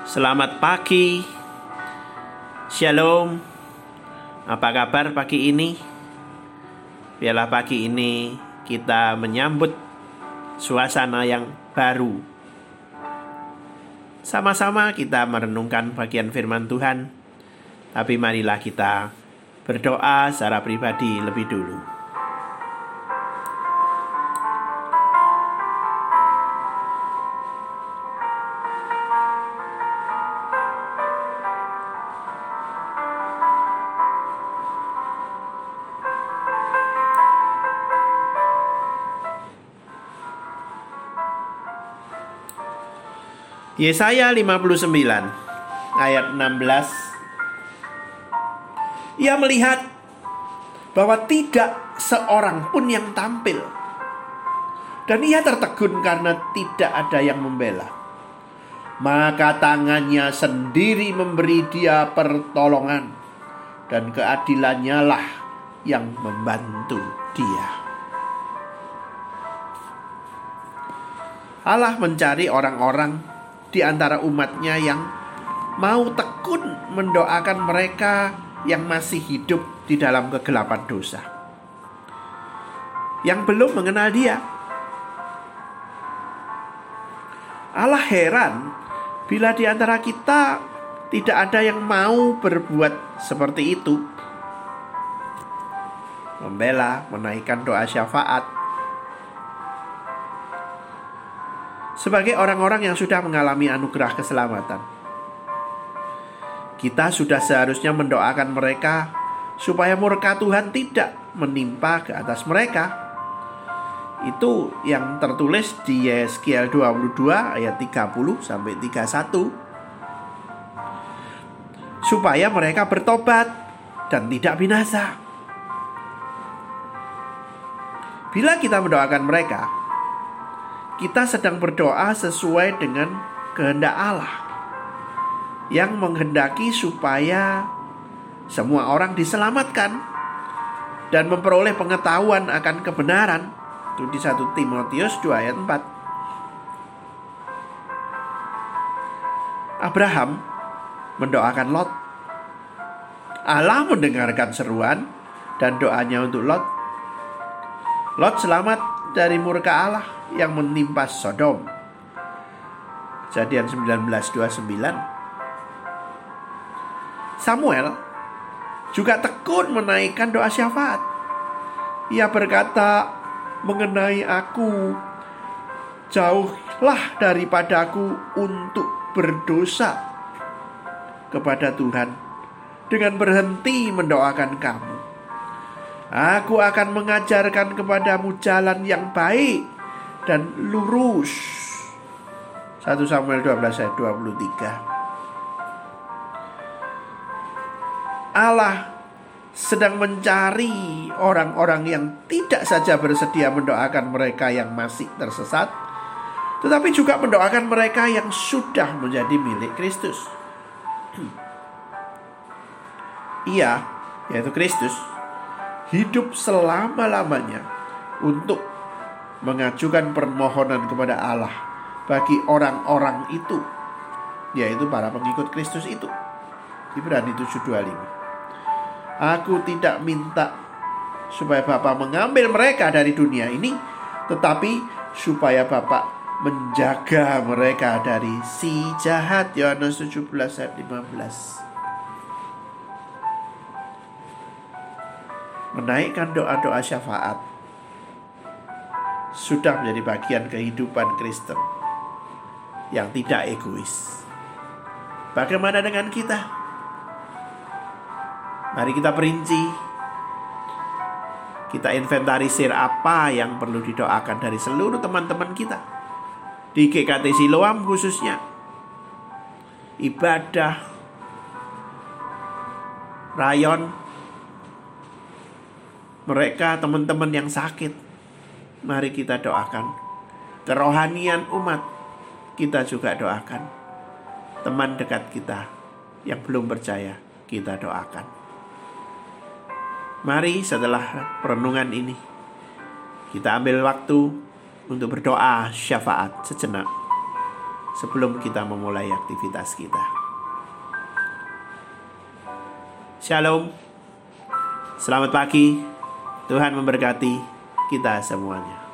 Selamat pagi, Shalom. Apa kabar pagi ini? Biarlah pagi ini kita menyambut suasana yang baru. Sama-sama kita merenungkan bagian firman Tuhan. Tapi marilah kita berdoa secara pribadi lebih dulu. Yesaya 59 ayat 16. Ia melihat bahwa tidak seorang pun yang tampil, dan ia tertegun karena tidak ada yang membela. Maka tangannya sendiri memberi dia pertolongan, dan keadilannya lah yang membantu dia. Allah mencari orang-orang di antara umatnya yang mau tekun mendoakan mereka yang masih hidup di dalam kegelapan dosa, yang belum mengenal Dia. Allah heran bila di antara kita tidak ada yang mau berbuat seperti itu, membela, menaikkan doa syafaat sebagai orang-orang yang sudah mengalami anugerah keselamatan. Kita sudah seharusnya mendoakan mereka supaya murka Tuhan tidak menimpa ke atas mereka. Itu yang tertulis di Yeskiel 22 ayat 30 sampai 31. Supaya mereka bertobat dan tidak binasa. Bila kita mendoakan mereka, kita sedang berdoa sesuai dengan kehendak Allah yang menghendaki supaya semua orang diselamatkan dan memperoleh pengetahuan akan kebenaran. Itu di 1 Timotius 2 ayat 4. Abraham mendoakan Lot. Allah mendengarkan seruan dan doanya untuk Lot. Lot selamat dari murka Allah yang menimpa Sodom. Kejadian 19:29. Samuel juga tekun menaikkan doa syafaat. Ia berkata mengenai aku, jauhlah daripadaku untuk berdosa kepada Tuhan dengan berhenti mendoakan kamu. Aku akan mengajarkan kepadamu jalan yang baik dan lurus. 1 Samuel 12 ayat 23. Allah sedang mencari orang-orang yang tidak saja bersedia mendoakan mereka yang masih tersesat, tetapi juga mendoakan mereka yang sudah menjadi milik Kristus. Ia, yaitu Kristus, hidup selama-lamanya untuk mengajukan permohonan kepada Allah bagi orang-orang itu, yaitu para pengikut Kristus itu. Ibrani 7:25. Aku tidak minta supaya Bapa mengambil mereka dari dunia ini, tetapi supaya Bapa menjaga mereka dari si jahat. Yohanes 17 ayat 15. Menaikkan doa-doa syafaat sudah menjadi bagian kehidupan Kristen yang tidak egois. Bagaimana dengan kita? Mari kita perinci. Kita inventarisir apa yang perlu didoakan dari seluruh teman-teman kita di GKT Siloam khususnya. Ibadah, rayon, mereka teman-teman yang sakit, mari kita doakan. Kerohanian umat, kita juga doakan. Teman dekat kita yang belum percaya, kita doakan. Mari setelah perenungan ini kita ambil waktu untuk berdoa syafaat sejenak sebelum kita memulai aktivitas kita. Shalom. Selamat pagi. Tuhan memberkati kita semuanya.